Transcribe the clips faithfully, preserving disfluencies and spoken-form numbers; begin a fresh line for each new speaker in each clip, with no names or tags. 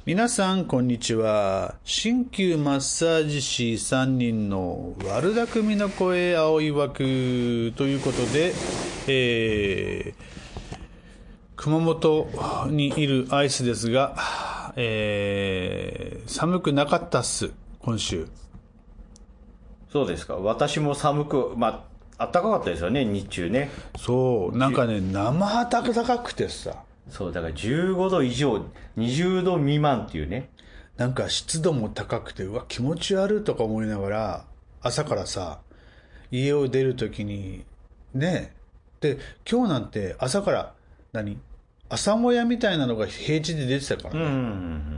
皆さんこんにちは。鍼灸マッサージ師さんにんの悪巧みの声青い枠ということで、えー、熊本にいるアイスですが、えー、寒くなかったっす今週。
そうですか。私も寒く、まあ暖かかったですよね、日中ね。
そうなんかね、生暖かくてさ、
そうだからじゅうごど以上、にじゅうど未満っていうね。
なんか湿度も高くて、うわ気持ち悪いとか思いながら朝からさ家を出るときにね、で今日なんて朝から何朝もやみたいなのが平地で出てたからね、
うんうんうん、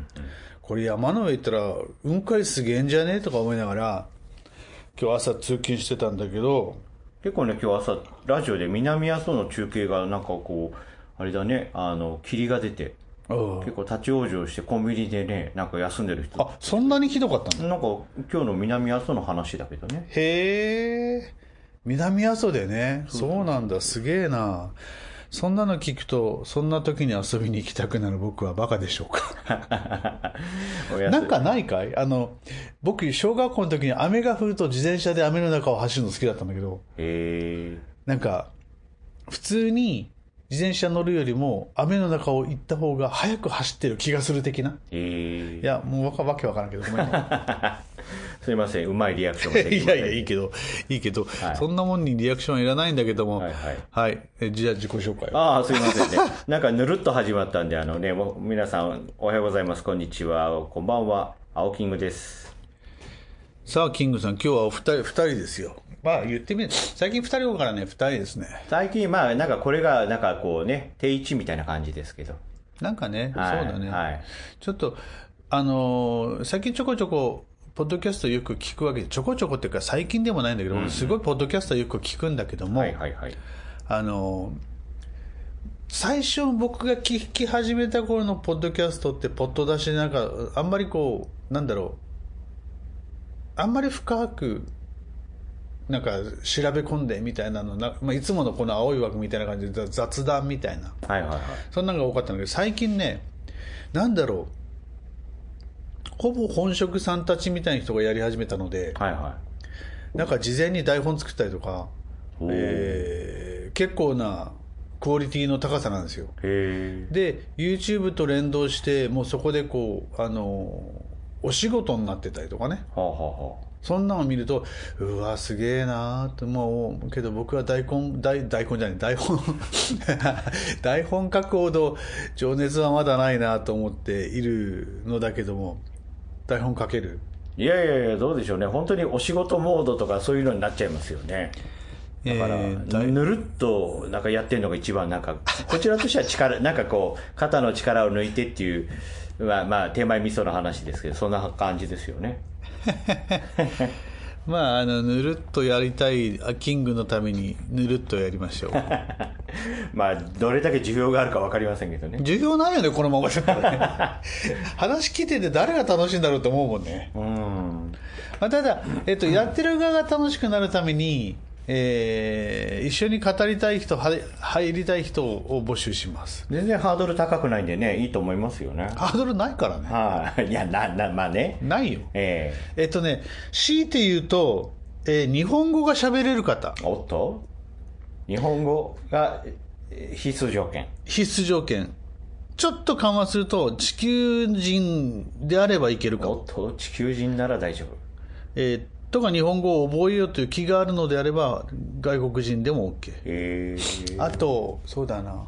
これ山の上行ったら雲海すげえんじゃねえとか思いながら今日朝通勤してたんだけど、
結構ね、今日朝ラジオで南阿蘇の中継がなんかこうあれだね、あの霧が出て結構立ち往生してコンビニでねなんか休んでる人、
あそんなにひどかったの？
なんか今日の南阿蘇の話だけどね。
へえ、南阿蘇でね。そうそうそう、そうなんだ、すげえな。そんなの聞くとそんな時に遊びに行きたくなる僕はバカでしょうか。なんかないかい？あの僕小学校の時に雨が降ると自転車で雨の中を走るの好きだったんだけど、
へえ、
なんか普通に自転車乗るよりも雨の中を行った方が早く走ってる気がする的な。
へえ、
いやもうわかわけわからんけどごめんね。
すいません、うまいリアクションができません。
いやいやいいけどいいけど、はい、そんなもんにリアクションいらないんだけども、はいはい、はい、えじゃあ自己紹介を。
ああすいませんね。なんかぬるっと始まったんで、あのね、もう皆さんおはようございます、こんにちは、こんばんは、青キングです。
さあキングさん、今日はお二人二人ですよ。まあ言ってみる、最近二人多いからね、二人ですね。
最近まあなんかこれがなんかこうね定位置みたいな感じですけど、
なんかね、
はい、
そうだね、
はい、
ちょっとあのー、最近ちょこちょこポッドキャストよく聞くわけで、ちょこちょこっていうか最近でもないんだけど、うんうん、すごいポッドキャストよく聞くんだけども、
はいはいはい、
あのー、最初僕が聞き始めた頃のポッドキャストってポッド出しなんかあんまりこうなんだろう、あんまり深くなんか調べ込んでみたいなのな、まあ、いつものこの青い枠みたいな感じで雑談みたいな、
はいはいはい、
そんなのが多かったんだけど、最近ね、なんだろう、ほぼ本職さんたちみたいな人がやり始めたので、
はいは
い、なんか事前に台本作ったりとか、えー、結構なクオリティの高さなんですよ。
へ
で YouTube と連動してもうそこでこうあのお仕事になってたりとかね、
はあはあはあ、
そんなのを見るとうわすげえなーって、もうけど僕は大根大大根じゃない台本台本書くほど情熱はまだないなと思っているのだけども、台本書ける？
いやいやいや、どうでしょうね、本当にお仕事モードとかそういうのになっちゃいますよね。だから、えー、ぬるっとなんかやってるのが一番なんかこちらとしては力なんかこう肩の力を抜いてっていう、まあまあ手前味噌の話ですけど、そんな感じですよね。
まあ、あのぬるっとやりたいキングのためにぬるっとやりましょう。
まあどれだけ需要があるか分かりませんけどね。
需要ないよねこのままだったらね。話聞いてて誰が楽しいんだろうと思うもんね。
うん、
まあ、ただ、えっと、やってる側が楽しくなるために、えー、一緒に語りたい人入りたい人を募集します。
全然ハードル高くないんでね、いいと思いますよね。
ハードルないからね。
はい、あ、いやななまあね、
ないよ。
え
ー、えっとね強いて言うと、えー、日本語が喋れる方。
おっと、日本語が必須条件。
必須条件。ちょっと緩和すると地球人であればいけるか。
おっと、地球人なら大丈夫。
えーとか日本語を覚えようという気があるのであれば外国人でも OK。
へー、
あとそうだな、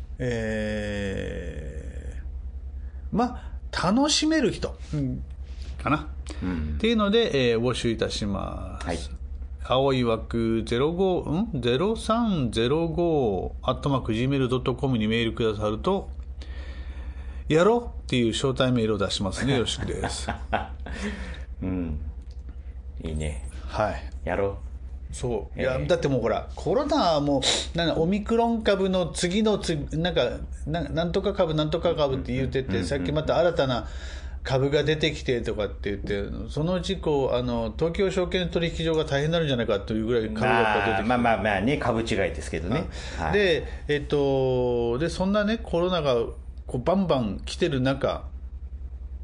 えー、まあ楽しめる人、うん、かな、うん、っていうので、えー、募集いたします。はい、青い枠ゼロごんゼロさんゼロごアットマーク ジーメールドットコム にメールくださるとやろうっていう招待メールを出しますね。よろしくです。
うん、いいね。
はい。
やろ
う。そう。いや、えー、だってもうほら、コロナも、なんかオミクロン株の次の次、なんか、なんとか株、なんとか株って言ってて、さっきまた新たな株が出てきてとかって言って、そのうちこう、あの、東京証券取引所が大変になるんじゃないかというぐらい株が出てきて。
まあまあまあね、株違いですけどね。
はい、で、えっと、で、そんなね、コロナがこうバンバン来てる中、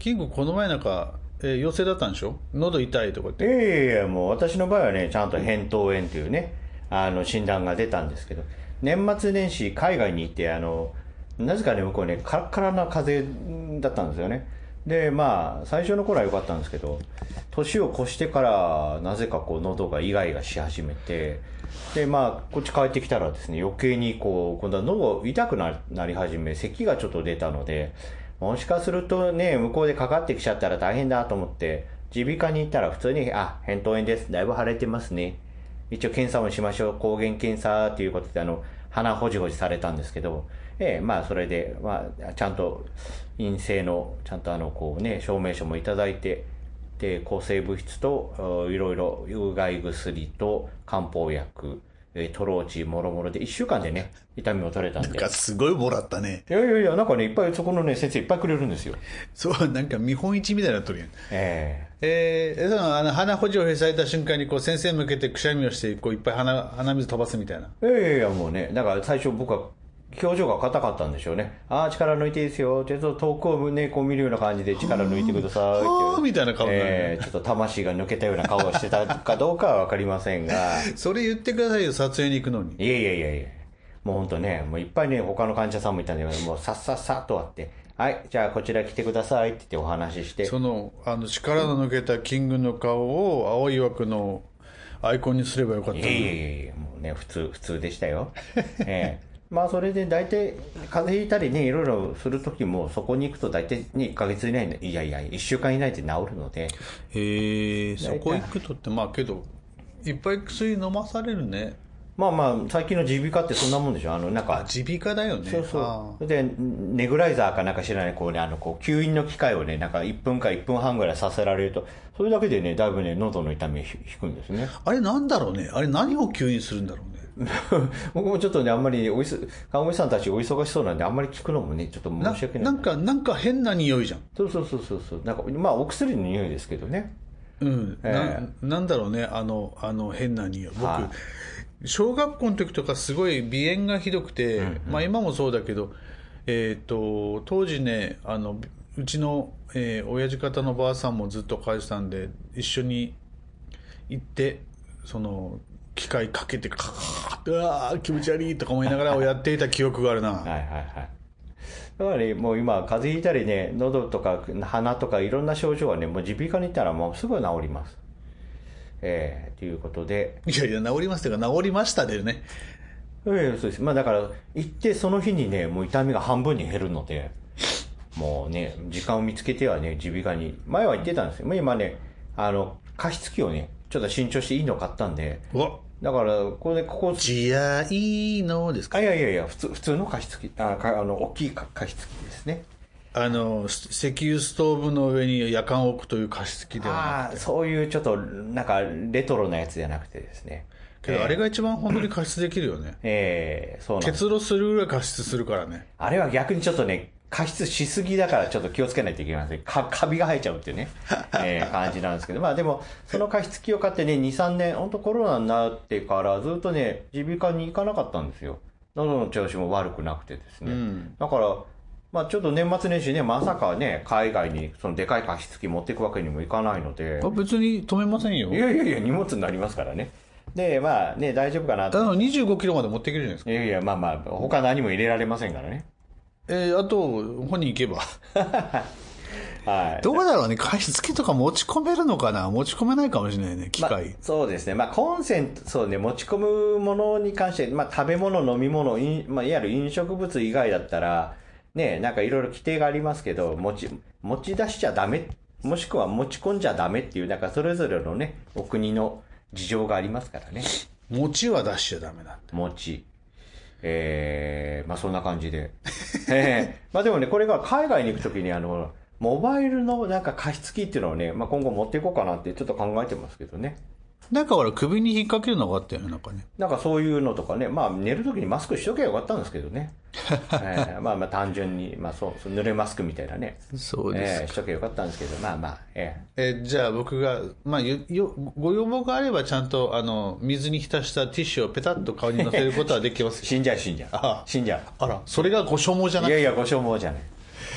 キングこの前なんか、えー、陽性だったんでしょ、喉痛いとかって。
いやいやいや、もう私の場合はねちゃんと扁桃炎というねあの診断が出たんですけど、年末年始海外に行ってあのなぜかね向こうねカラッカラな風邪だったんですよね。でまあ最初の頃は良かったんですけど、年を越してからなぜかこう喉がイガイガし始めて、でまあこっち帰ってきたらですね余計にこう今度は喉痛くなり始め、咳がちょっと出たので、もしかするとね向こうでかかってきちゃったら大変だと思って耳鼻科に行ったら普通にあ扁桃炎です、だいぶ腫れてますね、一応検査もしましょう、抗原検査ということであの鼻ほじほじされたんですけど、ええ、まあそれで、まあ、ちゃんと陰性のちゃんとあのこうね証明書もいただいて、で抗生物質といろいろ有害薬と漢方薬、トローチもろもろでいっしゅうかんでね痛みも取れたんで、
なんかすごいもらったね。
いやいやいや、なんかねいっぱいそこのね先生いっぱいくれるんですよ。
そう、なんか見本市みたいになっとるやん。
え
えー、そのあの鼻ほじほじされた瞬間にこう先生向けてくしゃみをしてこういっぱい 鼻, 鼻水飛ばすみたいな。
いやいやいや、もうねだから最初僕は表情が硬かったんでしょうね。ああ力抜いていいですよ、ちょっと遠くをねこう見るような感じで力抜いてくださいって
みたいな顔になる、
えー、ちょっと魂が抜けたような顔をしてたかどうかは分かりませんが
それ言ってくださいよ、撮影に行くのに。
いやいやいやいや、もう本当ねもういっぱいね他の患者さんもいたんで、もうさっさっさっと会ってはいじゃあこちら来てくださいって言ってお話しして、
そのあの力の抜けたキングの顔を青い枠のアイコンにすればよかったの。
いやいやいやいや、もうね普通普通でしたよええまあそれで大体風邪ひいたりねいろいろする時もそこに行くと大体ねいっかげつ以内にいやいやいっしゅうかん以内で治るので。
へえ、そこ行くとってまあけどいっぱい薬飲まされるね。
まあまあ最近の耳鼻科ってそんなもんでしょ、あのなんか
耳鼻科だよね。
そうそうでネグライザーかなんか知らないこうねあのこう吸引の機械をねなんかいっぷんかいっぷんはんぐらいさせられるとそれだけでねだいぶね喉の痛み引くんですね。
あれなんだろうね、あれ何を吸引するんだろうね
僕もちょっとねあんまりおいす看護師さんたちお忙しそうなんであんまり聞くのもねちょっと申し訳ない。
な, なんかなんか変な匂いじゃん。
そうそうそうそうそう、なんかまあお薬の匂いですけどね。
うん、えー、な, なんだろうねあのあの変な匂い。僕、はあ、小学校の時とかすごい鼻炎がひどくて、うんうん、まあ今もそうだけど、えー、と当時ねあのうちの、えー、親父方のばあさんもずっと書いてたんで一緒に行ってその機械かけてカーッてうわー気持ち悪いとか思いながらやっていた記憶があるなはいはいはい。
だからねもう今風邪ひいたりね喉とか鼻とかいろんな症状はねもう耳鼻科に行ったらもうすぐ治ります。えー、ということで
いやいや治りますというか治りましたでね。
えー、そうです。まあだから行ってその日にねもう痛みが半分に減るのでもうね時間を見つけてはね耳鼻科に前は行ってたんですよ。もう今ねあの加湿器をねちょっと新調していいの買ったんで、うわだからこれここ
ジアイのですか。
いやいやいや普通普通の加湿器ああの大きい加湿器ですね。
あの石油ストーブの上に夜間を置くという加湿器ではなくて、
あそういうちょっとなんかレトロなやつじゃなくてですね。
けどあれが一番本当に加湿できるよね。
ええー、そうなんです。
結露するぐらい加湿するからね。
あれは逆にちょっとね加湿しすぎだからちょっと気をつけないといけません。かカビが生えちゃうっていうね、えー、感じなんですけど、まあでもその加湿器を買ってねにさんねん本当コロナになってからずっとね耳鼻科に行かなかったんですよ。喉の調子も悪くなくてですね、うん、だからまあちょっと年末年始ねまさかね海外にそのでかい加湿器持っていくわけにもいかないので、
別に止めませんよ。
いやいやいや荷物になりますからね。でまあね大丈夫かなと。
ただにじゅうごキロまで持っていけるじゃないですか。
いやいやまあまあ他何も入れられませんからね。
えー、あと本人行けばはい、どうだろうね、加湿器とか持ち込めるのかな、持ち込めないかもしれないね、機械、
まあ、そうですね、まあ、コンセント、そうね、持ち込むものに関して、まあ、食べ物、飲み物、まあ、いわゆる飲食物以外だったら、ね、なんかいろいろ規定がありますけど、持ち、持ち出しちゃダメ、もしくは持ち込んじゃダメっていう、なんかそれぞれのね、お国の事情がありますからね。
餅は出しちゃダメなんだ。
餅。えー、まあそんな感じで。えー、まあでもね、これが海外に行くときに、あの、モバイルのなんか加湿器っていうのをね、まあ、今後持っていこうかなってちょっと考えてますけどね。
なんかほら首に引っ掛けるのがあったよね、なんかね。
なんかそういうのとかね、まあ寝るときにマスクしとけばよかったんですけどね。えー、まあまあ単純に、まあそう、そう濡れマスクみたいなね。
そうです。
えー、しとけばよかったんですけど、まあまあ、え
ー、えー、じゃあ僕が、まあよ、よ、ご要望があればちゃんと、あの、水に浸したティッシュをペタッと顔に乗せることはできますよ。
死んじゃう死んじゃう。
ああ
死んじゃう。
あら、それがご所望じゃない。
いやいや、ご所望じゃない。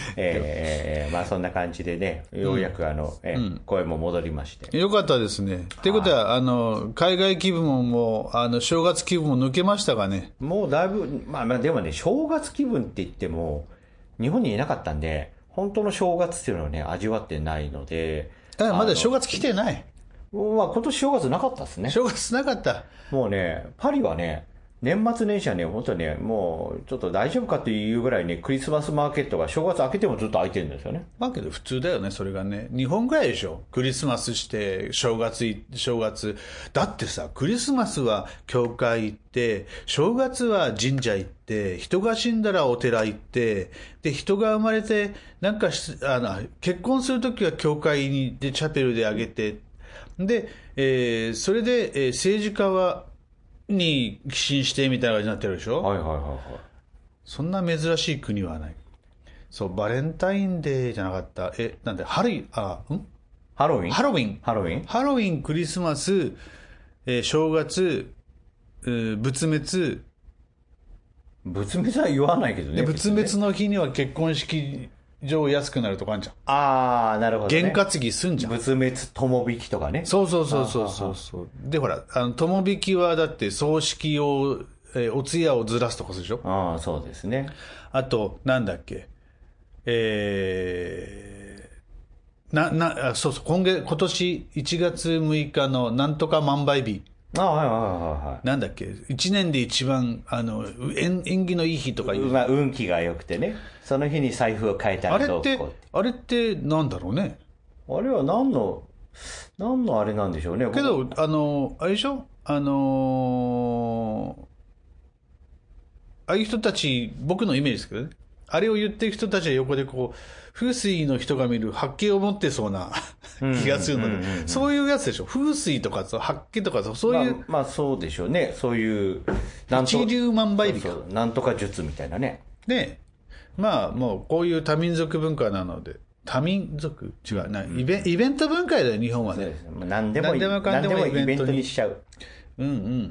えー、まあそんな感じでね、ようやくあの、うんえーうん、声も戻りまして。
よかったですね。ということは、あの、海外気分ももう、あの、正月気分も抜けましたかね。
もうだいぶ、まあまあでもね、正月気分って言っても、日本にいなかったんで、本当の正月っていうのをね、味わってないので。
だからまだ正月来てない。
まあ今年正月なかったですね。
正月なかった。
もうね、パリはね、年末年始はね、本当にね、もうちょっと大丈夫かっていうぐらいね、クリスマスマーケットが正月明けてもずっと開いてるんですよね。
まあけど普通だよね、それがね。日本ぐらいでしょ。クリスマスして、正月、正月。だってさ、クリスマスは教会行って、正月は神社行って、人が死んだらお寺行って、で、人が生まれて、なんかあの、結婚するときは教会に行って、チャペルであげて、で、えー、それで、えー、政治家は、に寄進してみたいな感じになってるでしょ。
はいはいはいはい。
そんな珍しい国はない。そう、バレンタインデーじゃなかった。え、なんで、ハリ、あ、ん
ハロウィン
ハロウィン。
ハロウィン
ハロウィン、クリスマス、えー、正月、えー、仏滅。
仏滅は言わないけどね。
仏滅の日には結婚式場安くなるとかあるじゃん。
ああ、なるほど、ね。
験担ぎすんじゃん。
仏滅友引きとかね。
そうそうそうそうそうそう。で、ほら、あの、友引きはだって葬式を、えー、お通夜をずらすとかするでしょ。
ああ、そうですね。
あと、なんだっけ。えー、な、な、あそうそう、今月、今年いちがつむいかのなんとか万倍日。
ああ、はいはいはいはい。
なんだっけ、一年で一番、あの、縁縁起のいい日とかいう。
まあ、運気が良くてね。その日に財布を変えたらどうこうって。
あれって、あれってなんだろうね。
あれは何の、何のあれなんでしょうね。
けど、あの、あれでしょあのー、ああいう人たち、僕のイメージですけどね。あれを言ってる人たちは横でこう、風水の人が見る発見を持ってそうな気がするので、そういうやつでしょ。風水とか発見とかそういう。
まあ、まあそうでしょうね。そういう、
一粒万倍日か。
そうそうなんとか術みたいなね。
で、まあもうこういう多民族文化なので、多民族違うな、イベ、イベント文化だよ、日本はね。
何でもいい。何でもイベントにしちゃう。
うんうん。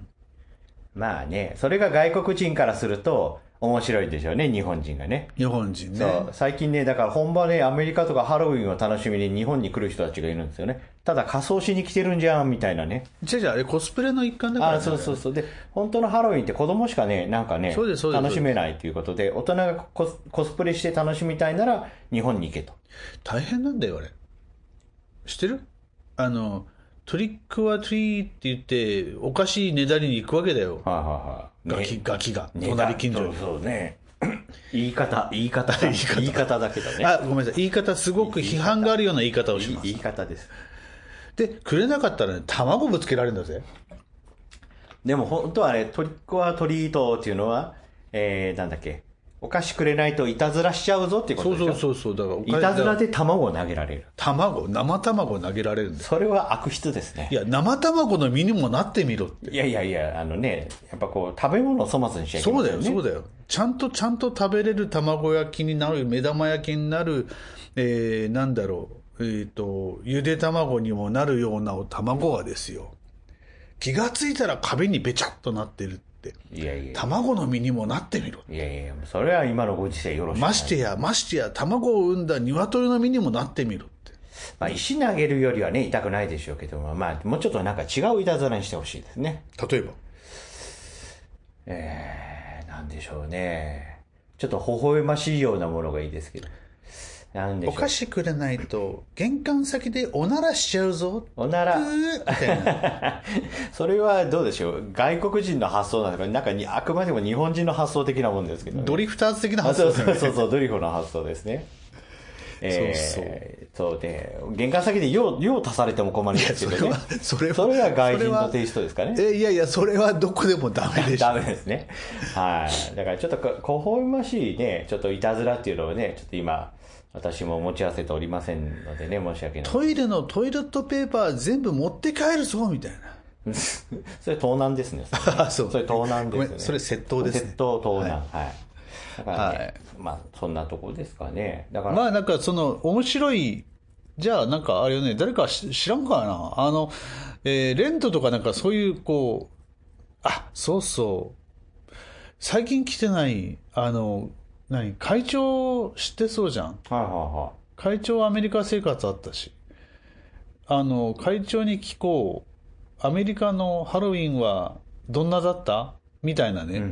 まあね、それが外国人からすると、面白いでしょうね、日本人がね。
日本人ね。
そう。最近ね、だから本場ね、アメリカとかハロウィンを楽しみに日本に来る人たちがいるんですよね。ただ仮装しに来てるんじゃん、みたいなね。
じゃじゃあ、あれコスプレの一環だからね。
あ、そうそうそう。で、本当のハロウィンって子供しかね、なんかね、楽しめないということで、大人がコス、コスプレして楽しみたいなら、日本に行けと。
大変なんだよ、あれ。知ってる？あの、トリックはトリーって言って、おかしいねだりに行くわけだよ。
はいはいはい。
ガキ、ガキが。隣近所に。
そうね。言い方、言い方、言い方、言い方だけどね。
あ、ごめんなさい。言い方、すごく批判があるような言い方をします。
言い方です。
で、くれなかったらね、卵ぶつけられるんだぜ。
でも本当はね、トリックはトリートっていうのは、えー、なんだっけ。お菓子くれないといたずらしちゃうぞっていうことでしょ。
そうそうそうそう。だから
いたずらで卵を投げられる。
卵、生卵を投げられるんです。
それは悪質ですね。
いや、生卵の身にもなってみろって。
いやいやいや、あのね、やっぱこう、食べ物を粗末にしちゃいけない、ね。
そうだよ、そうだよ。ちゃんと、ちゃんと食べれる卵焼きになる、目玉焼きになる、えー、なんだろう、えっ、ー、と、ゆで卵にもなるような卵がですよ。気がついたら壁にべちゃっとなってるって。
いやいや
卵の身にもなってみろ。
いやいや、それは今のご時世よろしくない。
ましてや、ましてや、卵を産んだ鶏の身にもなってみろって。
まあ、石投げるよりはね、痛くないでしょうけども、まあ、もうちょっとなんか違ういたずらにしてほしいですね。
例えば
えー、なんでしょうね。ちょっと微笑ましいようなものがいいですけど。なんでしょう。
お菓子くれないと、玄関先でおならしちゃうぞ。
おなら。みたいな。それはどうでしょう。外国人の発想なのか、なんかにあくまでも日本人の発想的なもんですけど、ね。
ドリフターズ的な発想、
ね。そうそうそう、ドリフの発想ですね。えー、そうそう。そうで、玄関先で用、用足されても困るんですけどね。
それは、
それは外人のテイストですかね。
え、いやいや、それはどこでもダメでしょ。
ダメですね。はい。だからちょっと、微笑ましいね、ちょっといたずらっていうのをね、ちょっと今、私も持ち合わせておりませんのでね、申し訳ない。
トイレのトイレットペーパー全部持って帰るぞ、みたいな。
それ盗難ですね。
あ、そう。
それ盗難ですね。
それ窃盗ですね。
窃盗、盗難。はい。はい、だからね、
はい、
まあ、そんなとこですかね。だから。
まあ、なんかその、面白い、じゃあなんかあれよね、誰か知らんかな。あの、えー、レントとかなんかそういう、こう、あ、そうそう。最近来てない、あの、 何会長知ってそうじゃん。
はいはいはい。
会長アメリカ生活あったし、あの会長に聞こう、アメリカのハロウィンはどんなだったみたいなね、うんうんうん、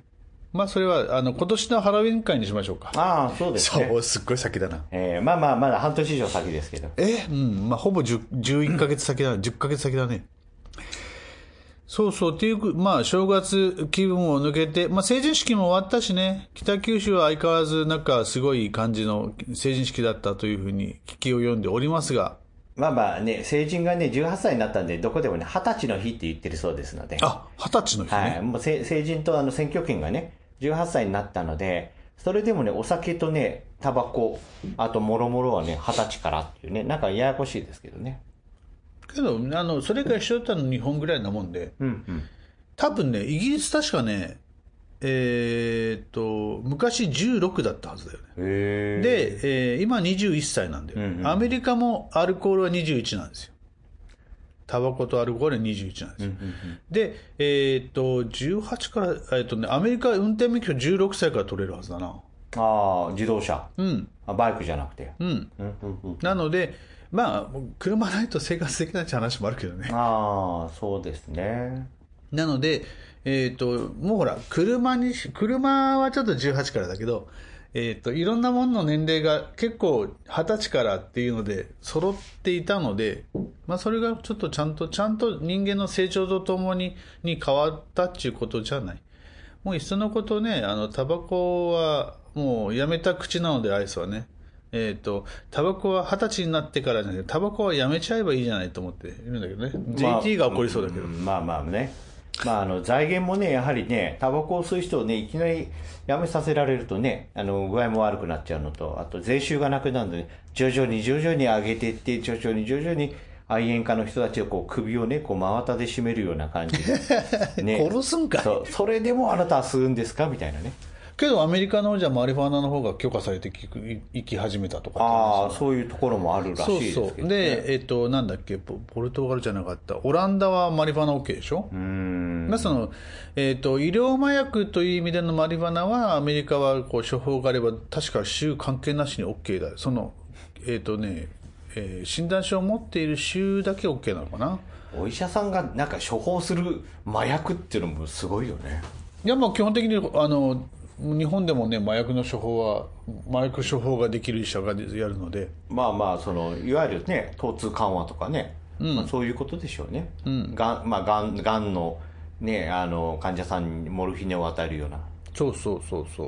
まあそれはあの今年のハロウィン会にしましょうか。
ああそうですね。
そうすっごい先だな、
えー、まあまあまだ半年以上先ですけど、
えうんまあほぼじゅういっかげつ先だ、うん、じゅっかげつ先だね。そうそうっていう、まあ正月気分を抜けて、まあ成人式も終わったしね、北九州は相変わらずなんかすごい感じの成人式だったというふうに聞きを読んでおりますが、
まあまあね、成人がねじゅうはっさいになったんで、どこでもねはたちの日って言ってるそうですので。
あ、はたちの日ね。
はい、もう成人とあの選挙権がねじゅうはっさいになったので、それでもねお酒とねタバコ、あともろもろはねはたちからっていうね、なんかややこしいですけどね。
けどあのそれが一緒だったの日本ぐらいなもんで、うんうん、多分ねイギリス確かねえー、っと昔じゅうろくだったはずだよね。
へ
で、えー、今にじゅういっさいなんだよ、うんうん、アメリカもアルコールはにじゅういちなんですよ。タバコとアルコールはにじゅういちなんですよ、うんうんうん、で、えー、っとじゅうはちから、えー、っとね、アメリカは運転免許じゅうろくさいから取れるはずだな。
ああ自動車、
うん、
あバイクじゃなくて、
うん、うんうんうん、なのでまあ車ないと生活できないって話もあるけどね。
ああそうですね。
なのでえー、ともうほら 車, に車はちょっとじゅうはちからだけど、えー、といろんなものの年齢が結構はたちからっていうので揃っていたので、まあ、それがちょっとちゃんとちゃんと人間の成長とともにに変わったっていうことじゃない。もういっそのことね、あのタバコはもうやめた口なのでアイスはね、えー、とタバコははたちになってからじゃなくてタバコはやめちゃえばいいじゃないと思っているんだけどね、まあ、ジェイティー が起こりそうだけど、
まあまあね、まあ、あの財源もねやはりねタバコを吸う人をねいきなりやめさせられるとねあの具合も悪くなっちゃうのと、あと税収がなくなるので、ね、徐々に徐々に上げていって徐々に徐々に愛煙家の人たちをこう首をねこう真綿で締めるような感じで、ね、
殺すんかい。
そ, それでもあなたは吸うんですかみたいなね。
けどアメリカのじゃマリファナの方が許可されて行き始めたとかって、
ああそういうところもあるらしいですけど、ね、そうそう
で、えっと、なんだっけ ポ, ポルトガルじゃなかったオランダはマリファナ OK でしょ。
うーん、
まあそのえっと、医療麻薬という意味でのマリファナはアメリカはこう処方があれば確か州関係なしに OK だ。そのえっとね、えー、診断書を持っている州だけ OK なのかな。
お医者さんがなんか処方する麻薬っていうのもすごいよね。
いやまあ基本的にあの日本でもね麻薬の処方は麻薬処方ができる医者がやるので、
まあまあそのいわゆるね疼痛緩和とかね、うんまあ、そういうことでしょうね、うん、がん、まあ、がん、がんのねあの患者さんにモルヒネを与えるような。
そうそうそうそう。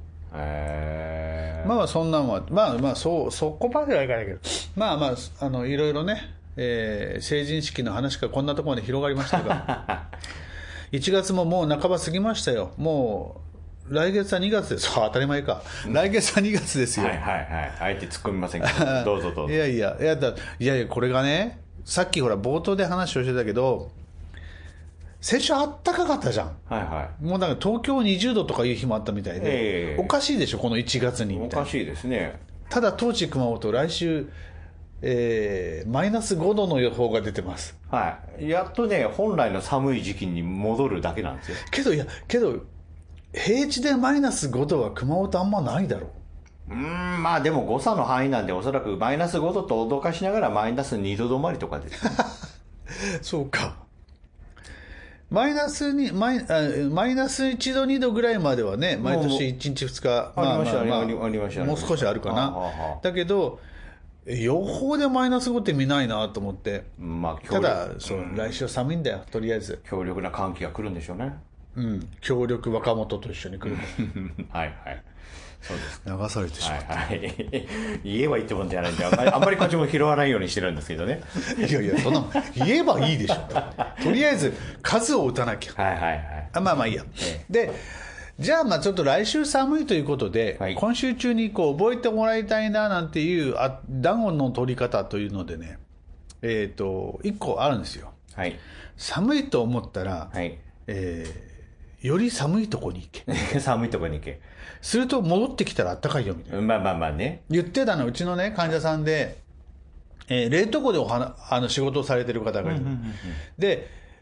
へえ。
まあそんなんはまあまあそうそこまではいかないけど、まあまああのいろいろね、えー、成人式の話がこんなところまで広がりましたがいちがつももう半ば過ぎましたよ。もう来月はにがつです。当たり前か。来月はにがつですよ。
はいはいはい。あえて突っ込みませんけど、どうぞどうぞ。
いやいやいやだいやいやこれがね、さっきほら冒頭で話をしてたけど、先週あったかかったじゃん。
はいはい。
もうなんか東京にじゅうどとかいう日もあったみたいで、えー、おかしいでしょこのいちがつにみたいな。
おかしいですね。
ただ当地熊本来週えー、マイナスごどの予報が出てます。
はい。やっとね本来の寒い時期に戻るだけなんですよ。
けどいやけど平地でマイナスごどは熊本あんまないだろう。
うーんまあでも誤差の範囲なんでおそらくマイナスごどと脅かしながらマイナスにど止まりとかです、ね、
そうか。マイナスにマイあマイナスいちどにどぐらいまではね毎年いちにちふつか
ありましたね、ありましたね。
もう少しあるかな。だけど予報でマイナスごって見ないなと思って、まあ、ただそう、うん、来週は寒いんだよとりあえず。
強力な寒気が来るんでしょうね。
うん、強力若元と一緒に来る
はいはいそうです
流されてしまった、はいはい、
言えばいいってもんじゃないんであんまりあんまりこっちも拾わないようにしてるんですけどね
いやいやそんな言えばいいでしょとりあえず数を打たなきゃ。
はいはいはい
あまあまあいいや、ええ、でじゃあまあちょっと来週寒いということで、はい、今週中にこう覚えてもらいたいななんていうあ暖をの取り方というのでね、えっといっこあるんですよ、
はい、
寒いと思ったら、はいえー、より寒いとこに行け
寒いとこに行け
すると戻ってきたら暖かいよみたいな、
まあまあまあね
言ってたのうちのね患者さんで、えー、冷凍庫でおはあの仕事をされてる方がいる、うんうんうんうん、で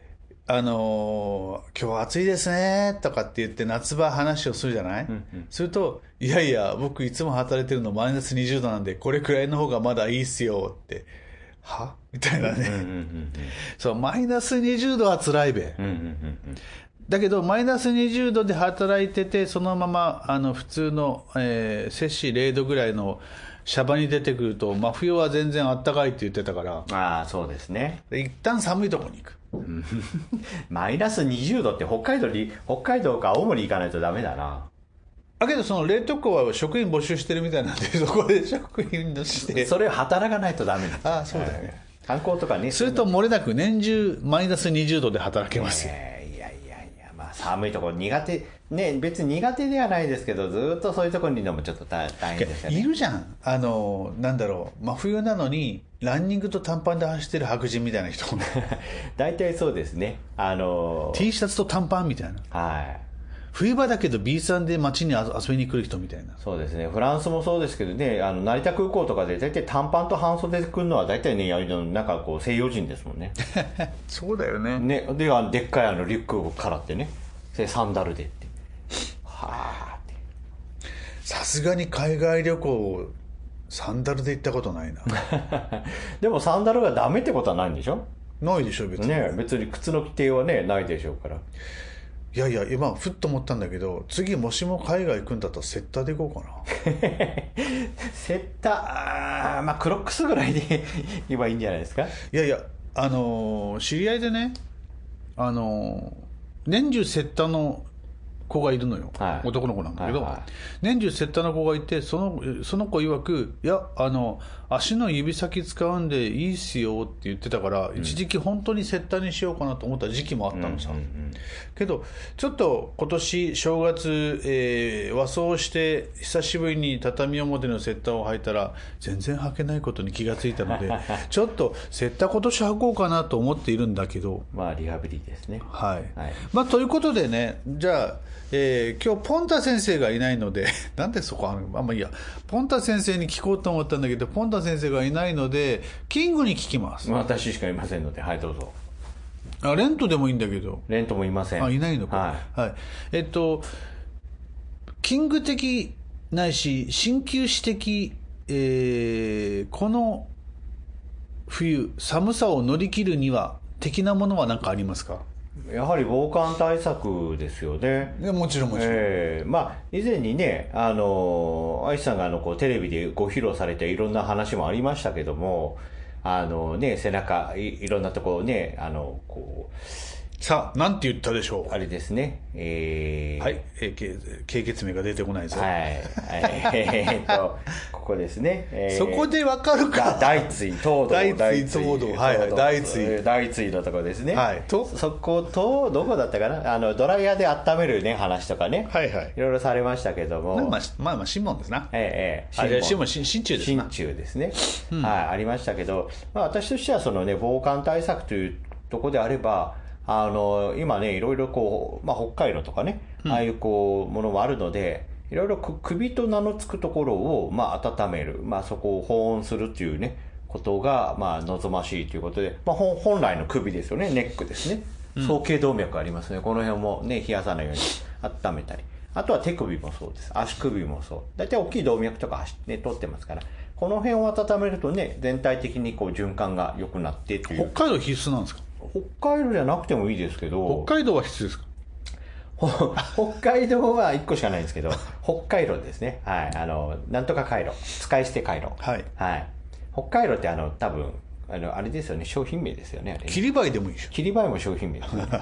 あのー、今日暑いですねとかって言って夏場話をするじゃない、うんうん、すると、いやいや、僕いつも働いてるのマイナスにじゅうどなんで、これくらいの方がまだいいっすよって。はみたいなね、うんうんうんうん。そう、マイナスにじゅうどは辛いべ。うんうんうんうん、だけど、マイナスにじゅうどで働いてて、そのまま、あの、普通の、えー、摂氏れいどぐらいのシャバに出てくると、真冬は全然あったかいって言ってたから。
ああ、そうですね。
で一旦寒いところに行く。
マイナスにじゅうどって北海道に、北海道か青森行かないとダメだな。
だけどその冷凍庫は職員募集してるみたいなんで、そこで職員として
それを働かないとダメなんですよ。
ああ、そうだよね。
観光とかね。
それと漏れなく年中マイナスにじゅうどで働けますよ。
えー、いやいやいや、まあ寒いところ苦手ね、別に苦手ではないですけど、ずっとそういうところにいるのもちょっと大変ですよね。
いるじゃん、あのなんだろう、真冬なのにランニングと短パンで走ってる白人みたいな人
大体そうですね、あのー、
T シャツと短パンみたいな、はい、冬場だけど B さんで街に遊びに来る人みたいな。
そうですね、フランスもそうですけどね、あの成田空港とかで大体短パンと半袖で来るのは大体ね、なんかこう西洋人ですもんね。
そうだよね。
ね、ででっかいあのリュックをからってね、サンダルでってはあって。
さすがに海外旅行サンダルで行ったことないな。
でもサンダルがダメってことはないんでしょ。
ないでしょ別に。
ね、別に靴の規定はねないでしょうから。
いやいや、今ふっと思ったんだけど、次もしも海外行くんだったらセッターで行こうかな。
セッター、あまあクロックスぐらいで今いいんじゃないですか。い
やいや、あのー、知り合いでね、あのー、年中セッターの子がいるのよ、はい、男の子なんだけど、はいはい、年中セッターの子がいて、そのその子曰く、いやあの足の指先使うんでいいっすよって言ってたから、うん、一時期本当にセッターにしようかなと思った時期もあったのさ、うんうんうん、けどちょっと今年正月、えー、和装して久しぶりに畳表のセッターを履いたら全然履けないことに気がついたのでちょっとセッター今年履こうかなと思っているんだけど、
まあリハビリですね。
はい、はい、まあ、ということでね、じゃあえー、今日ポンタ先生がいないのでなんでそこあるの、あんまあいいや、ポンタ先生に聞こうと思ったんだけどポンタ先生がいないのでキングに聞きます。
私しかいませんので、はいどうぞ。
あ、レントでもいいんだけど。
レントもいません。
あ、いないのか、はいはい、えっとキング的ないし鍼灸師的、えー、この冬寒さを乗り切るには的なものは何かありますか。
やはり防寒対策ですよね。
もちろんもちろん、
えー、まあ以前にね、あの愛さんがあのこうテレビでご披露されていろんな話もありましたけども、あのね、背中 い, いろんなところね、あのこう
さあなんて言ったでしょう。
あれですね、えー、
はい、えー、経血名が出てこないぞ。
はい、えー、っとここですね、
えー、そこでわかるか。
大椎東堂、
大椎東堂、はいはい、大椎
大椎のところですね。
はい、と
そことどこだったかな、あのドライヤーで温めるね話とかね、はいはい、いろいろされましたけども、
まあまあまあまあ新聞ですな。
ええ
ええ、新聞新中ですな。
新中ですね。うん、はい、ありましたけど、まあ私としてはそのね防寒対策というところであれば。あの今ねいろいろこう、まあ、北海道とかね、うん、ああいうこうものもあるので、いろいろ首と名の付くところを、まあ、温める、まあ、そこを保温するっていうねことが、まあ、望ましいということで、まあ、本来の首ですよね、ネックですね、総頸動脈ありますね、この辺もね冷やさないように温めたり、あとは手首もそうです、足首もそう、大体大きい動脈とか、ね、通ってますから、この辺を温めるとね全体的にこう循環が良くなってという。
北海道必須なんですか。
北海道じゃなくてもいいですけど。
北海道は必須ですか。
北海道はいっこしかないんですけど、北海道ですね。はい。あの、なんとか回路。使い捨て回路。はい。はい。北海道ってあの、多分、あの、あれですよね。商品名ですよね。あれ。
切り灰でもいいでしょ。
切り灰も商品名ですね。はい。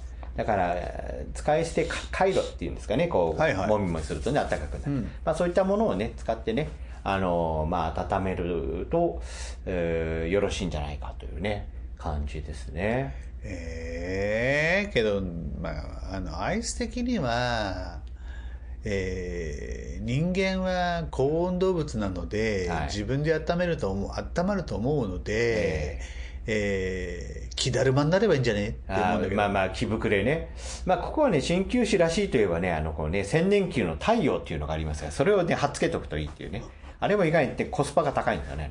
だから、使い捨て回路っていうんですかね。こう、はいはい、もみもみするとね、暖かくなる。うん、まあそういったものをね、使ってね、あの、まあ温めると、えー、よろしいんじゃないかというね。感じですね。
ええー、けど、まあ、あのアイス的には、えー、人間は高温動物なので、はい、自分で温めると思う温まると思うので、えーえー、気だるまになればいいんじゃねって思うんだけど、
まあまあ気膨れね、まあ、ここはね鍼灸師らしいといえばね、あのこうね千年灸の太陽っていうのがありますが、それをね貼っつけとくといいっていうね、あれも意外にコスパが高いんですよね、あれね。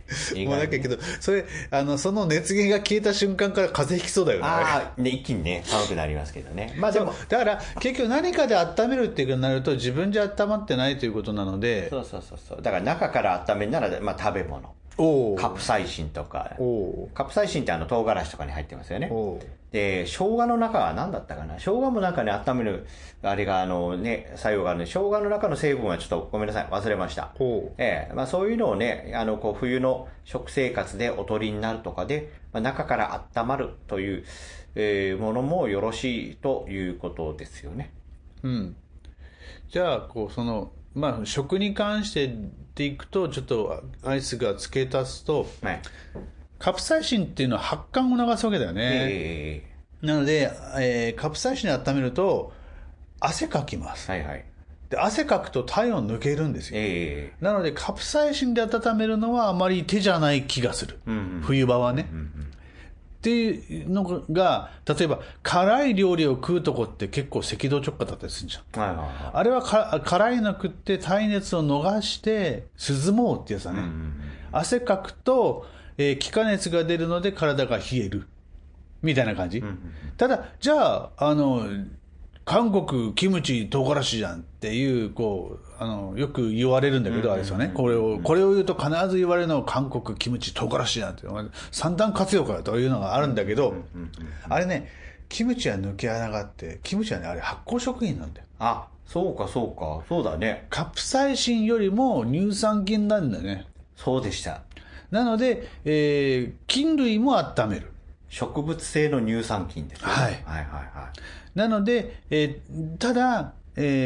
もうだけど、それ、あの、その熱源が消えた瞬間から風邪ひきそうだよね。
ああ、ね、一気にね、寒くなりますけどね。まあでも。
だから、結局何かで温めるっていうことになると、自分じゃ温まってないということなので。
そうそうそうそう。だから中から温めるなら、まあ食べ物。カプサイシンとか。カプサイシンってあの唐辛子とかに入ってますよね。で、生姜の中は何だったかな。生姜もなんかね、温める、あれがあのね、作用があるので、生姜の中の成分はちょっとごめんなさい、忘れました。ええ、まあそういうのをね、あの、こう冬の食生活でおとりになるとかで、まあ、中から温まるという、えー、ものもよろしいということですよね。
うん。じゃあ、こう、その、まあ、食に関してでいくと、ちょっとアイスが付け足すと、はい、カプサイシンっていうのは発汗を促すわけだよね。えー、なので、えー、カプサイシンで温めると、汗かきます。はいはい。で、汗かくと体温抜けるんですよ。えー、なので、カプサイシンで温めるのはあまり手じゃない気がする。うんうん、冬場はね。うんうん、っていうのが、例えば、辛い料理を食うとこって結構赤道直下だったりするじゃん。はいはいはい、あれはか辛いの食って耐熱を逃して涼もうってやつだね。うんうんうん、汗かくと、えー、気化熱が出るので体が冷える。みたいな感じ。うんうんうん、ただ、じゃあ、あの、韓国キムチ唐辛子じゃんっていう、こう、あの、よく言われるんだけど、あれですよね。これを、これを言うと必ず言われるのは韓国キムチ唐辛子じゃんって、三段活用かよというのがあるんだけど、あれね、キムチは抜け穴があって、キムチはね、あれ発酵食品なんだよ。
あ、そうかそうか、そうだね。
カプサイシンよりも乳酸菌なんだよね。
そうでした。
なので、えー、菌類も温める。
植物性の乳酸菌ですね。はい。はいはいはい。
なので、えー、ただ、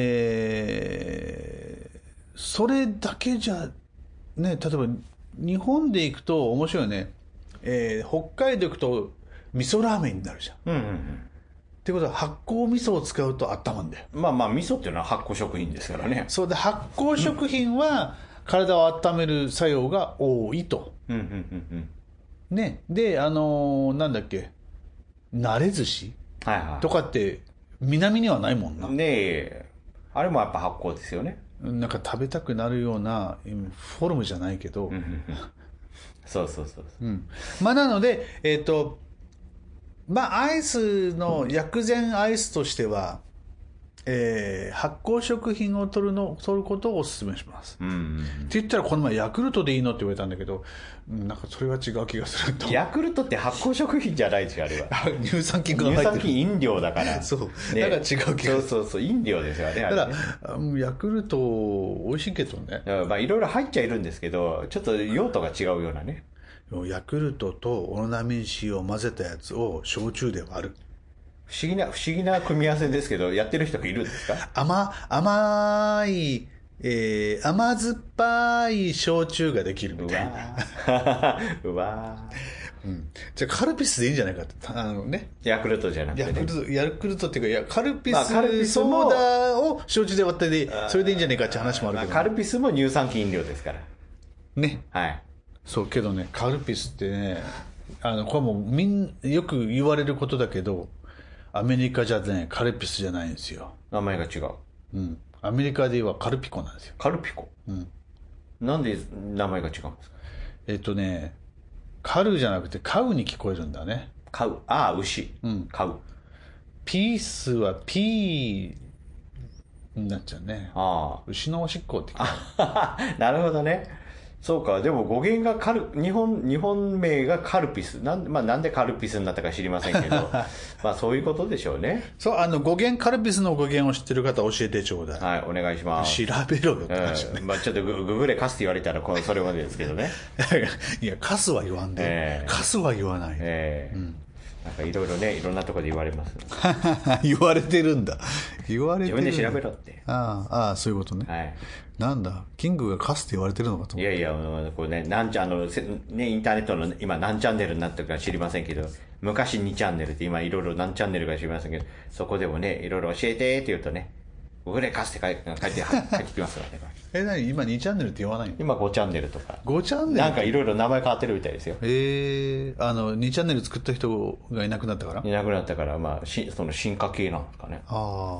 えー、それだけじゃ、ね、例えば日本で行くと面白いね、えー、北海道行くと味噌ラーメンになるじゃん。うんうんうん。ってことは発酵味噌を使うと温まるんだよ。
まあまあ味噌っていうのは発酵食品ですからね。
そうで、発酵食品は体を温める作用が多いと。うんうんうんうん。ね、で、あのー、なんだっけ、慣れ寿司はいはい、とかって南にはないもんな。
ねえ、あれもやっぱ発酵ですよね。
なんか食べたくなるようなフォルムじゃないけど。
そうそうそうそう。
うん。まあなので、えっと、まあアイスの薬膳アイスとしては、えー、発酵食品を取るの、取ることをお勧めします。うんうんうん、って言ったらこの前ヤクルトでいいのって言われたんだけど、なんかそれは違う気がすると。
ヤクルトって発酵食品じゃないですよ、あれは。
乳酸菌が入ってる。
乳酸菌飲料だから。
そう。ね、だから違う気がする。
そうそうそう、飲料ですよね。
だから、ね、ヤクルト美味しいけどね。
まあいろいろ入っちゃいるんですけど、ちょっと用途が違うようなね。
ヤクルトとオロナミン C を混ぜたやつを焼酎で割る。
不思議な、不思議な組み合わせですけど、やってる人がいるんですか？
甘、甘い、えー、甘酸っぱい焼酎ができるみたいな。
うわ
ー。うん。じゃあカルピスでいいんじゃないかって。あのね。
ヤクルトじゃなくてね。
ヤクルト、ヤクルトっていうか、カルピス、まあ、カルピスソーダを焼酎で割ってで、それでいいんじゃないかって話もあるけど、ね。
カルピスも乳酸菌飲料ですから。
ね。はい。そうけどね、カルピスってね、あの、これもみん、よく言われることだけど、アメリカじゃね、カルピスじゃないんですよ。
名前が違う。
うん。アメリカで言えばカルピコなんですよ。
カルピコ？うん。なんで名前が違うんですか？
えっとね、カルじゃなくてカウに聞こえるんだね。
カウ。ああ、牛。うん。カウ。
ピースはピーになっちゃうね。ああ。牛のおしっこって聞こ
える。なるほどね。そうか、でも語源がカル、日本、日本名がカルピス。なんで、まあなんでカルピスになったか知りませんけど、まあそういうことでしょうね。
そう、あの語源、カルピスの語源を知ってる方教えてちょうだい。
はい、お願いします。
調べろよって話よね。
うん、まあちょっとグググレカスって言われたらこそれまでですけどね。
いや、カスは言わんで。えー、カスは言わない。えー、うん。
なんかいろいろね、いろんなところで言われます。
言われてるんだ。言われてるんだ。
自分で調べろって。
ああ、ああ、そういうことね。はい。なんだ、キングがカスって言われてるのかと思って。
いやいや、これね、なんちゃん、あの、ね、インターネットの今何チャンネルになってるか知りませんけど、昔にチャンネルって今いろいろ何チャンネルか知りませんけど、そこでもね、いろいろ教えてって言うとね、ググレカスって書いて、書いて、書いてきますからね。
え、何今にチャンネルって言わないの？
今ごチャンネルとか。
ごチャンネル
なんかいろいろ名前変わってるみたいですよ。
ええー、あの、にチャンネル作った人がいなくなったから
いなくなったから、まあ、しその進化系なんですかね。ああ。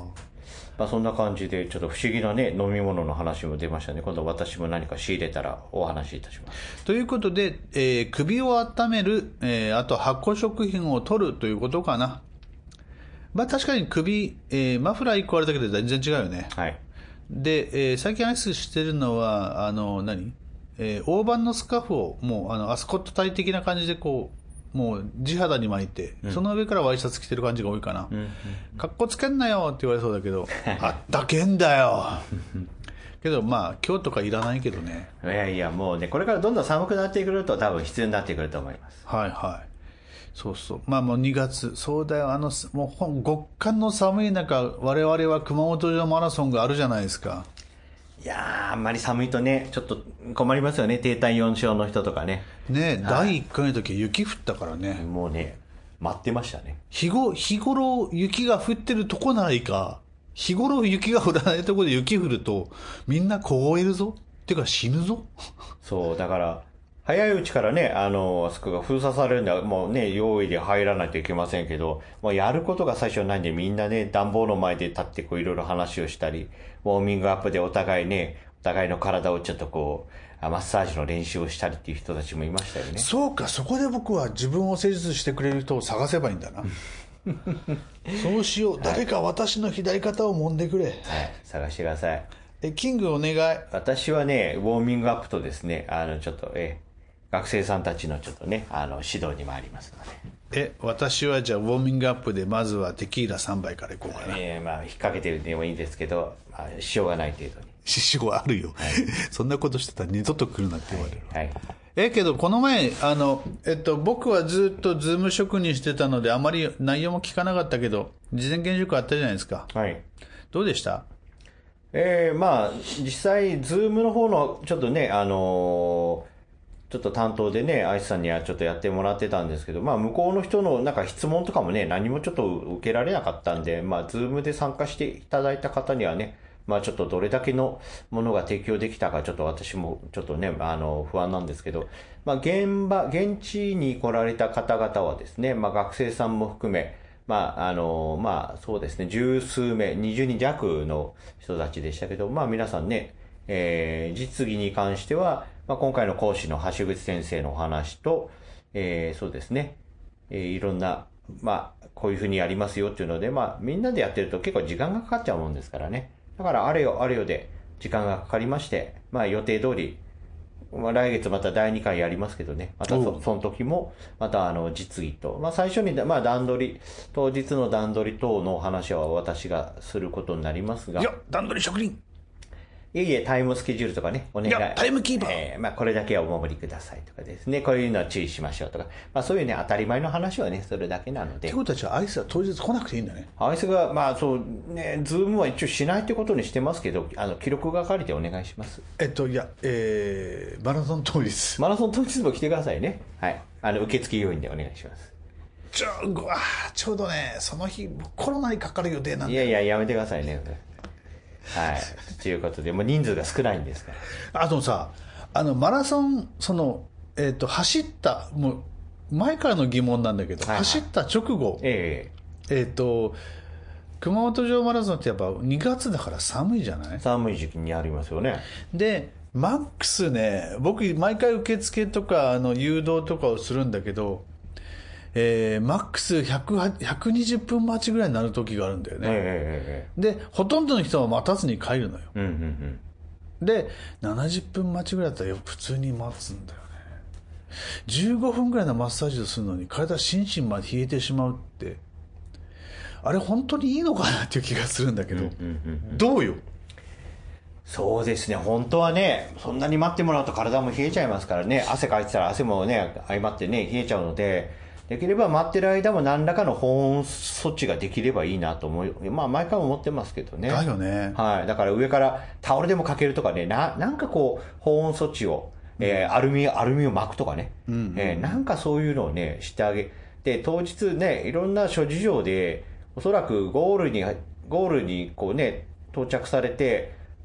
まあ、そんな感じでちょっと不思議なね飲み物の話も出ましたね。今度私も何か仕入れたらお話しいたします。
ということで、えー、首を温める、えー、あと発酵食品を取るということかな。まあ確かに首、えー、マフラーいっこあるだけで全然違うよね。
はい。
で、えー、最近アイスしてるのはあの何、えー、大判のスカーフをもうあのアスコットタイ的な感じでこうもう地肌に巻いて、うん、その上からワイシャツ着てる感じが多いかな。うんうんうん、かっこつけんなよって言われそうだけどあったけんだよけどまあ今日とかいらないけどね。
いやいやもうねこれからどんどん寒くなってくると多分必要になってくると思います。
はいはい。そうそう。まあもうにがつ、そうだよ、あの、もう極寒の寒い中、我々は熊本城マラソンがあるじゃないですか。
いやー、あんまり寒いとね、ちょっと困りますよね、低体温症の人とかね。
ねえ、だいいっかいの時雪降ったからね。
もうね、待ってましたね。
日ご、日頃雪が降ってるとこないか、日頃雪が降らないとこで雪降ると、みんな凍えるぞ。っていうか死ぬぞ。
そう、だから、早いうちからね、あの、あそこが封鎖されるんで、もうね、用意で入らないといけませんけど、もうやることが最初ないんで、みんなね、暖房の前で立ってこういろいろ話をしたり、ウォーミングアップでお互いね、お互いの体をちょっとこう、マッサージの練習をしたりっていう人たちもいましたよね。
そうか、そこで僕は自分を施術してくれる人を探せばいいんだな。そうしよう、はい、誰か私の左肩を揉んでくれ。はい、
探してください。
え、キングお願い。
私はね、ウォーミングアップとですね、あの、ちょっと、え、学生さんたちのちょっとね、あの、指導にもありますの
で。え、私はじゃあウォーミングアップでまずはテキーラさんばいからいこうかな。
えー、まあ、引っ掛けてるでもいいですけど、まあ、支障がない程度に。
支障あるよ。はい、そんなことしてたら二度と来るなって言われる。
はい。はい、
え、けどこの前、あの、えっと、僕はずっとズーム職人してたので、あまり内容も聞かなかったけど、事前研修会あったじゃないですか。
はい。
どうでした？
えー、まあ、実際、ズームの方の、ちょっとね、あのー、ちょっと担当でね、アイスさんにはちょっとやってもらってたんですけど、まあ向こうの人のなんか質問とかもね、何もちょっと受けられなかったんで、まあズームで参加していただいた方にはね、まあちょっとどれだけのものが提供できたか、ちょっと私もちょっとね、あの、不安なんですけど、まあ現場、現地に来られた方々はですね、まあ学生さんも含め、まああの、まあそうですね、十数名、にじゅうにん弱の人たちでしたけど、まあ皆さんね、えー、実技に関しては、まあ、今回の講師の橋口先生のお話と、えー、そうですね、えー、いろんな、まあ、こういうふうにやりますよっていうので、まあ、みんなでやってると結構時間がかかっちゃうもんですからね。だから、あれよあれよで時間がかかりまして、まあ、予定通り、まあ、来月まただいにかいやりますけどね、また そ, その時も、またあの、実技と、まあ、最初に、まあ、段取り、当日の段取り等のお話は私がすることになりますが。
いや、段取り職人
いえいえ、タイムスケジュールとかね、お願い。い
や、タイムキーパー。
えー、まあ、これだけはお守りくださいとかですね、こういうのは注意しましょうとか、まあ、そういうね、当たり前の話はね、それだけなので。
ってことは、じゃあ、アイスは当日来なくていいんだね。
アイスが、まあ、そう、ね、ズームは一応しないってことにしてますけど、あの、記録係でお願いします。
えっと、いや、えー、マラソン当日。
マラソン当日も来てくださいね。はい。あの、受付要員でお願いします。
ちょ、うわちょうどね、その日、コロナにかかる予定なんで。
いやいや、やめてくださいね。はい。ということで、もう人数が少ないんですから。
あとさ、あの、マラソン、その、えっと、走った、もう、前からの疑問なんだけど、はいはい、走った直後、えええっと、熊本城マラソンってやっぱにがつだから寒いじゃない？
寒い時期にありますよね。
で、マックスね、僕、毎回受付とか、あの、誘導とかをするんだけど、えー、マックスひゃく、ひゃくにじゅっぷん待ちぐらいになる時があるんだよね、えー、でほとんどの人は待たずに帰るのよ、うんうんうん、でななじゅっぷん待ちぐらいだったら普通に待つんだよね。じゅうごふんぐらいのマッサージをするのに体心身まで冷えてしまうって、あれ本当にいいのかなっていう気がするんだけど、うんうんうんうん、どうよ。
そうですね、本当はね、そんなに待ってもらうと体も冷えちゃいますからね、汗かいてたら汗もね相まってね冷えちゃうので、できれば待ってる間も何らかの保温措置ができればいいなと思う。まあ毎回思ってますけどね。
だよね。
はい。だから上からタオルでもかけるとかね、な、なんかこう保温措置を、えー、アルミ、アルミを巻くとかね。うんうんうん、えー、なんかそういうのをね、してあげ、で、当日ね、いろんな諸事情で、おそらくゴールに、ゴールにこうね、到着されて、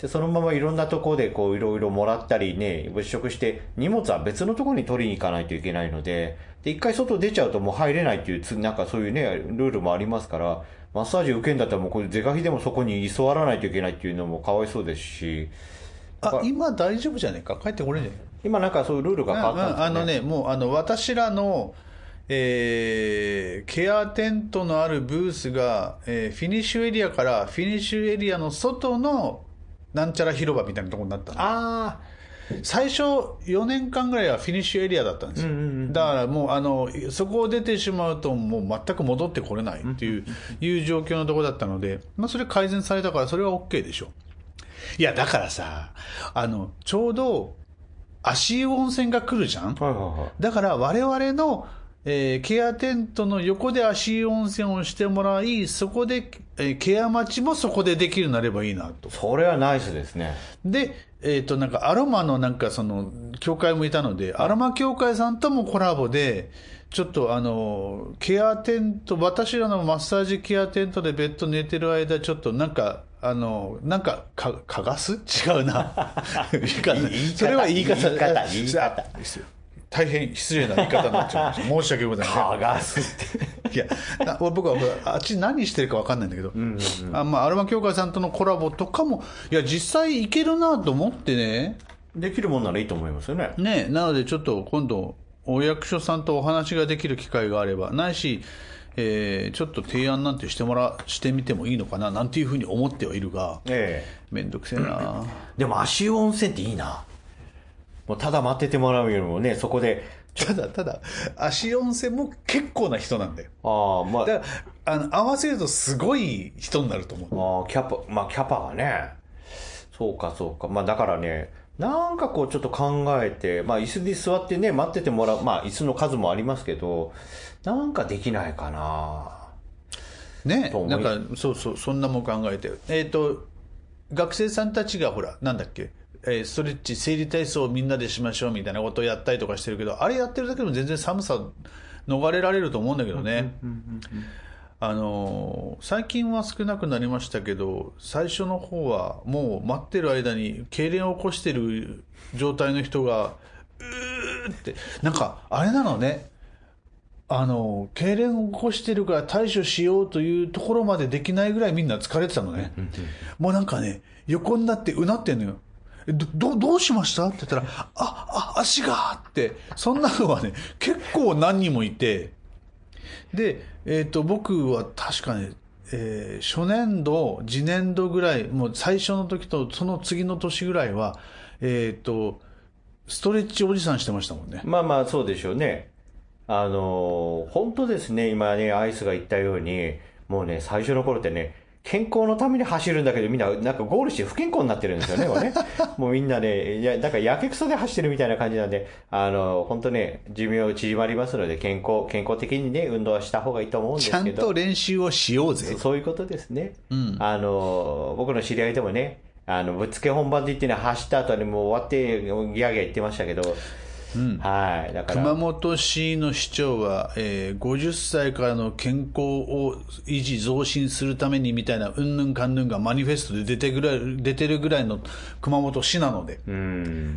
でそのままいろんなところでこういろいろもらったりね、物色して、荷物は別のところに取りに行かないといけないので、で、一回外出ちゃうともう入れないっていう、なんかそういうね、ルールもありますから、マッサージ受けんだったらもうこれ是が非でもそこに居座らないといけないっていうのもかわいそうですし。
あ、今大丈夫じゃねえか、帰ってこれねえ。
今なんかそういうルールが変わったんですかね。
あのね、もうあの私らの、えー、ケアテントのあるブースが、えー、フィニッシュエリアからフィニッシュエリアの外のなんちゃら広場みたいなところになったの。
あ
最初よねんかんぐらいはフィニッシュエリアだったんですよ、うんうんうん、だからもうあのそこを出てしまうともう全く戻ってこれないっていう、うんうんうん、いう状況のところだったので、まあ、それ改善されたからそれは OK でしょ。いやだからさ、あのちょうど足湯温泉が来るじゃん、はいはいはい、だから我々のえー、ケアテントの横で足湯温泉をしてもらい、そこで、えー、ケア待ちもそこでできるようになればいいなと。
それはナイスですね。
で、えっと、なんかアロマのなんかその、協会もいたので、アロマ協会さんともコラボで、ちょっとあの、ケアテント、私らのマッサージケアテントでベッド寝てる間、ちょっとなんか、あの、なんか、か、かがす違うな。言い方。それは言い方。
言い方、言い方。
大変失礼な言い方になっちゃうんです。申し訳ございません。
剥がすって。
いや、僕はあっち何してるか分かんないんだけど、うんうんうん、あまあ、アロマ協会さんとのコラボとかも、いや、実際いけるなと思ってね。
できるもんならいいと思いますよね。
ね、なのでちょっと今度、お役所さんとお話ができる機会があれば、ないし、えー、ちょっと提案なんてしてもらしてみてもいいのかななんていうふうに思ってはいるが、ええ、めんどくせえな、うん、
でも足湯温泉っていいな。もうただ待っててもらうよりもね、そこで
ただただ足湯温泉も結構な人なんだよ。
ああ、まあ、
だからあの合わせるとすごい人になると思
う。ああ、キャパ、まあキャパがね、そうかそうか、まあだからね、なんかこうちょっと考えて、まあ椅子に座ってね待っててもらう、まあ椅子の数もありますけど、なんかできないかな。
ね、なんかそうそう、そんなもん考えて、えっと学生さんたちがほらなんだっけ。えー、ストレッチ、生理体操をみんなでしましょうみたいなことをやったりとかしてるけど、あれやってるだけでも全然寒さ逃れられると思うんだけどね。あのー、最近は少なくなりましたけど、最初の方はもう待ってる間に痙攣を起こしてる状態の人がうーってなんかあれなのね、あの痙攣を起こしてるから対処しようというところまでできないぐらいみんな疲れてたのね。もうなんかね、横になってうなってんのよ。ど, ど, どうしましたって言ったら、あ、あ、足がって、そんなのがね、結構何人もいて、で、えっと、僕は確かね、えー、初年度、次年度ぐらい、もう最初の時とその次の年ぐらいは、えっと、ストレッチおじさんしてましたもんね。
まあまあ、そうでしょうね。あの、本当ですね、今ね、アイスが言ったように、もうね、最初の頃ってね、健康のために走るんだけど、みんな、なんかゴールして不健康になってるんですよね、これね。もうみんなね、いや、だからやけくそで走ってるみたいな感じなんで、あの、本当ね、寿命縮まりますので、健康、健康的にね、運動はした方がいいと思うんですけど。
ちゃんと練習をしようぜ。
そ, そういうことですね。
うん、
あの、僕の知り合いでもね、あの、ぶっつけ本番で言ってね、走った後にもう終わって、ギャーギャー言ってましたけど、うん、はい。だから
熊本市の市長は、えー、ごじゅっさいからの健康を維持増進するためにみたいなうんぬんかんぬんがマニフェストで出てぐらい出てるぐらいの熊本市なので、
うん、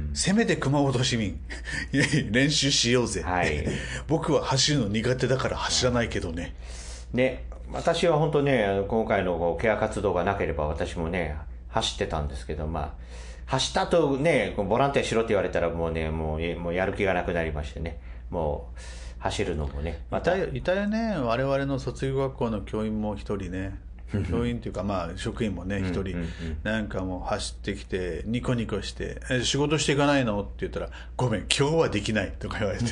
せめて熊本市民練習しようぜ、
はい、
僕は走るの苦手だから走らないけどね。
ね、私は本当ね、今回のケア活動がなければ私もね走ってたんですけど、まあ走った後ね、ボランティアしろって言われたらもうね、もう、もうやる気がなくなりましてね、もう走るのもね、
また。いたよ、いたよね、我々の卒業学校の教員も一人ね、教員っていうかまあ職員もね、一人、なんかもう走ってきて、ニコニコして、え仕事していかないのって言ったら、ごめん、今日はできないとか言われて。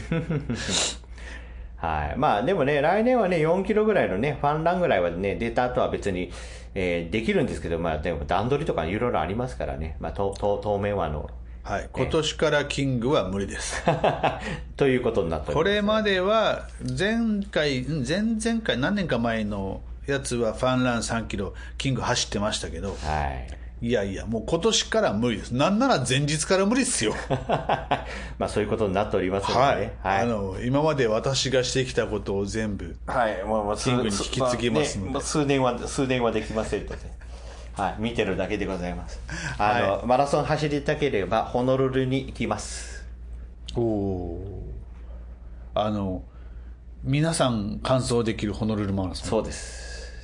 はい。まあでもね、来年はね、よんキロぐらいのね、ファンランぐらいはね、出た後は別に、えー、できるんですけど、まあでも段取りとかいろいろありますからね、まあとと当面はあの、
はい、今年からキングは無理です。
ということになっております。
これまでは前回、前々回、何年か前のやつはファンランさんキロ、キング走ってましたけど、
はい。
いやいや、もう今年から無理です。なんなら前日から無理ですよ。
まあそういうことになっておりますのでね。
はい。はい、あの、今まで私がしてきたことを全部、
はい、もう、
キングに引き継ぎますので。
まあね、数年は、数年はできませんとね。 はい、見てるだけでございます。あの、はい、マラソン走りたければホノルルに行きます。
おお。あの皆さん完走できるホノルルマラソン。
そうです。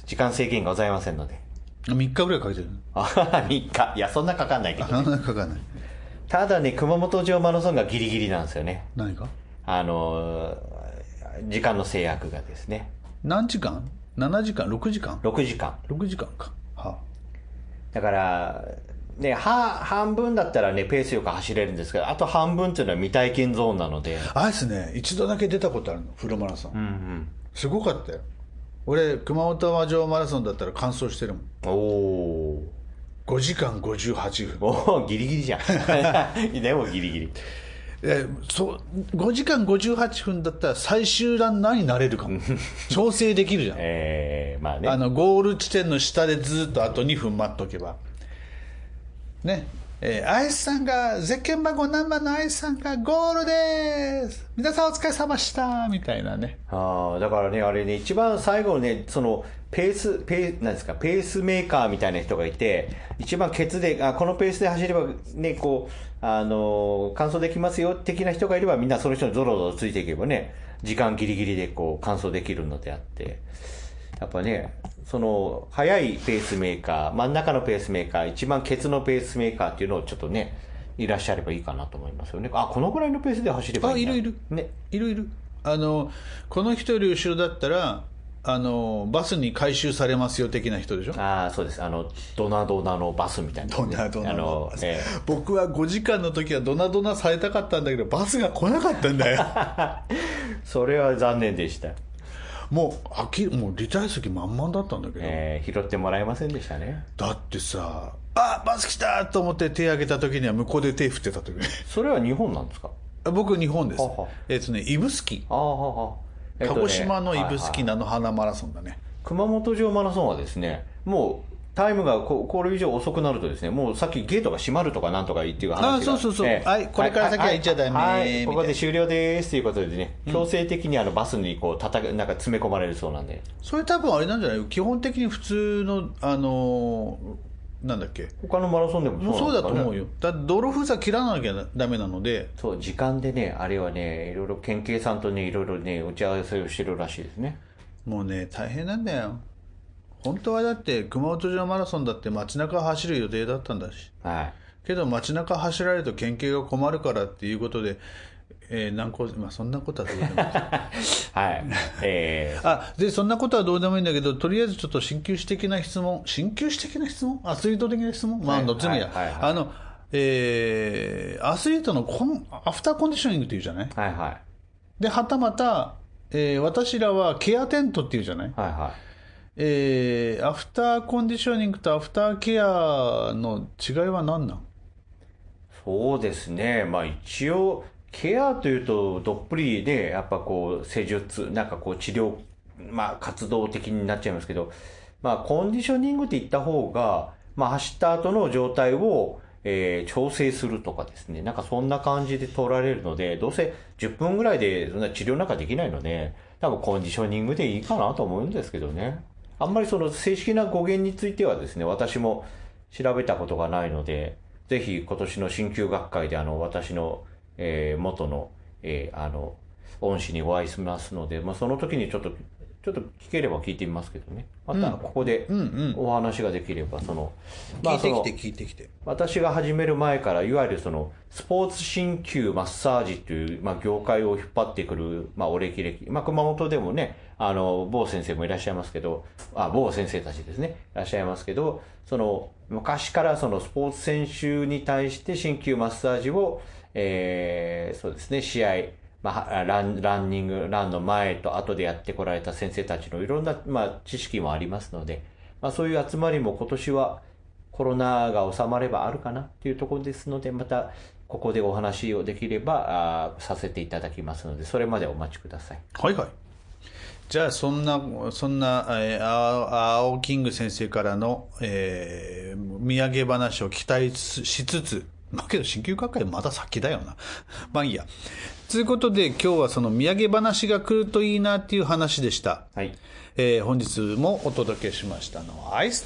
時間制限がございませんので。
みっかぐらいかけてる。
あみっか。いや、そんなかかんないけど、ね、
そんなかかんない。
ただね、熊本城マラソンがギリギリなんですよね。
何か
あの時間の制約がですね。
何時間 ?なな 時間 ろくじかん
?ろくじかん。
ろくじかんか。はあ、
だから、ね、は半分だったらね、ペースよく走れるんですけど、あと半分っていうのは未体験ゾーンなので。
あれですね、一度だけ出たことあるの、フルマラソン。うんうん、すごかったよ。俺、熊本城マラソンだったら完走してるもん。おお。ごじかんごじゅうはちふん。
おお、ギリギリじゃん。でもギリギリ。
えそうごじかんごじゅうはちふんだったら最終ランナーになれるかも。調整できるじゃん。えー、まあね。あの、ゴール地点の下でずっとあとにふん待っとけば。ね。えー、アイスさんが、ゼッケン番号何番のアイスさんがゴールでーす。皆さんお疲れ様でした。みたいなね。
ああ、だからね、あれね、一番最後ね、その、ペース、ペー、なんですか、ペースメーカーみたいな人がいて、一番ケツで、あ、このペースで走れば、ね、こう、あのー、完走できますよ、的な人がいれば、みんなその人にゾロゾロついていけばね、時間ギリギリでこう、完走できるのであって、やっぱね、その、速いペースメーカー、真ん中のペースメーカー、一番ケツのペースメーカーっていうのをちょっとね、いらっしゃればいいかなと思いますよね。あ、このぐらいのペースで走ればいいんだ。
あ、いるいる。
ね。
いるいる。あの、この人より後ろだったら、あの、バスに回収されますよ的な人でしょ。
ああ、そうです。あの、ドナドナのバスみたいな、
ね。ドナドナのバス。えー、僕はごじかんの時はドナドナされたかったんだけど、バスが来なかったんだよ。
それは残念でした。
もう、あき、もうリタイア席満々だったんだけど。
えー、拾ってもらえませんでしたね。
だってさ、あ、バス来たと思って手挙げた時には向こうで手振ってた時。
それは日本なんですか？
僕日本です。ははえっとね、指宿。ああ、はは。えっとね、鹿児島の指宿菜の花マラソンだね。
熊本城マラソンはですね、もうタイムが こ, これ以上遅くなるとですね、もうさっきゲートが閉まるとかなんとか言っていう話が。
あ、そうそうそう。えー、はい、これから先は行っちゃダメ、
はいはい、ここで終了ですということでね、強制的にあのバスにこうたたなんか詰め込まれるそうなんで。
それ多分あれなんじゃない？基本的に普通のあのー、なんだっけ？
他のマラソンでもそうなんですかね。
そうだと思うよ。だって道路封鎖切らなきゃダメなので。
そう、時間でね、あれはね、いろいろ県警さんとね、いろいろね、打ち合わせをしてるらしいですね。
もうね、大変なんだよ。本当はだって熊本城マラソンだって街中走る予定だったんだし、はい、けど街中走られると県警が困るからっていうことで、えー、何個、まあ、そんなことはどうでもいいはい、えー、あでそんなことはどうでもいいんだけど、とりあえずちょっと鍼灸師的な質問鍼灸師的な質問アスリート的な質問、まあどっちもいいや、はいはいはい、あのえー、アスリートのコンアフターコンディショニングっていうじゃない、はいはい、ではたまた、えー、私らはケアテントっていうじゃない、はいはい、えー、アフターコンディショニングとアフターケアの違いは何なん？
そうですね、まあ一応ケアというとどっぷりでやっぱこう施術なんかこう治療、まあ活動的になっちゃいますけど、まあコンディショニングって言った方が、まあ走った後の状態をえー、調整するとかですね、なんかそんな感じで取られるので、どうせじゅっぷんぐらいでそんな治療なんかできないので、多分コンディショニングでいいかなと思うんですけどね。あんまりその正式な語源についてはですね、私も調べたことがないので、ぜひ今年の鍼灸学会であの私の、えー、元の、えー、あの恩師にお会いしますので、まあ、その時にちょっとちょっと聞ければ聞いてみますけどね。またここでお話ができれば、その、
まあその聞いてきて聞いてきて。
私が始める前からいわゆるそのスポーツ鍼灸マッサージというまあ業界を引っ張ってくるまあお歴々、まあ熊本でもね、あの某先生もいらっしゃいますけど、あ某先生たちですね、いらっしゃいますけど、その昔からそのスポーツ選手に対して鍼灸マッサージを、えー、そうですね、試合まあ、ラン、ランニング、ランの前と後でやってこられた先生たちのいろんな、まあ、知識もありますので、まあ、そういう集まりも今年はコロナが収まればあるかなというところですので、またここでお話をできればあさせていただきますので、それまでお待ちください。
はいはい。じゃあそんなそんな、えー、青キング先生からの、えー、土産話を期待しつつ、まあけど鍼灸学会まだ先だよな。まあいいや。ということで今日はその土産話が来るといいなっていう話でした。はい。えー、本日もお届けしましたのはアイスと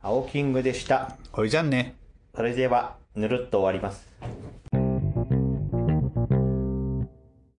青キングでした。
ほいじゃんね。
それでは、ぬるっと終わります。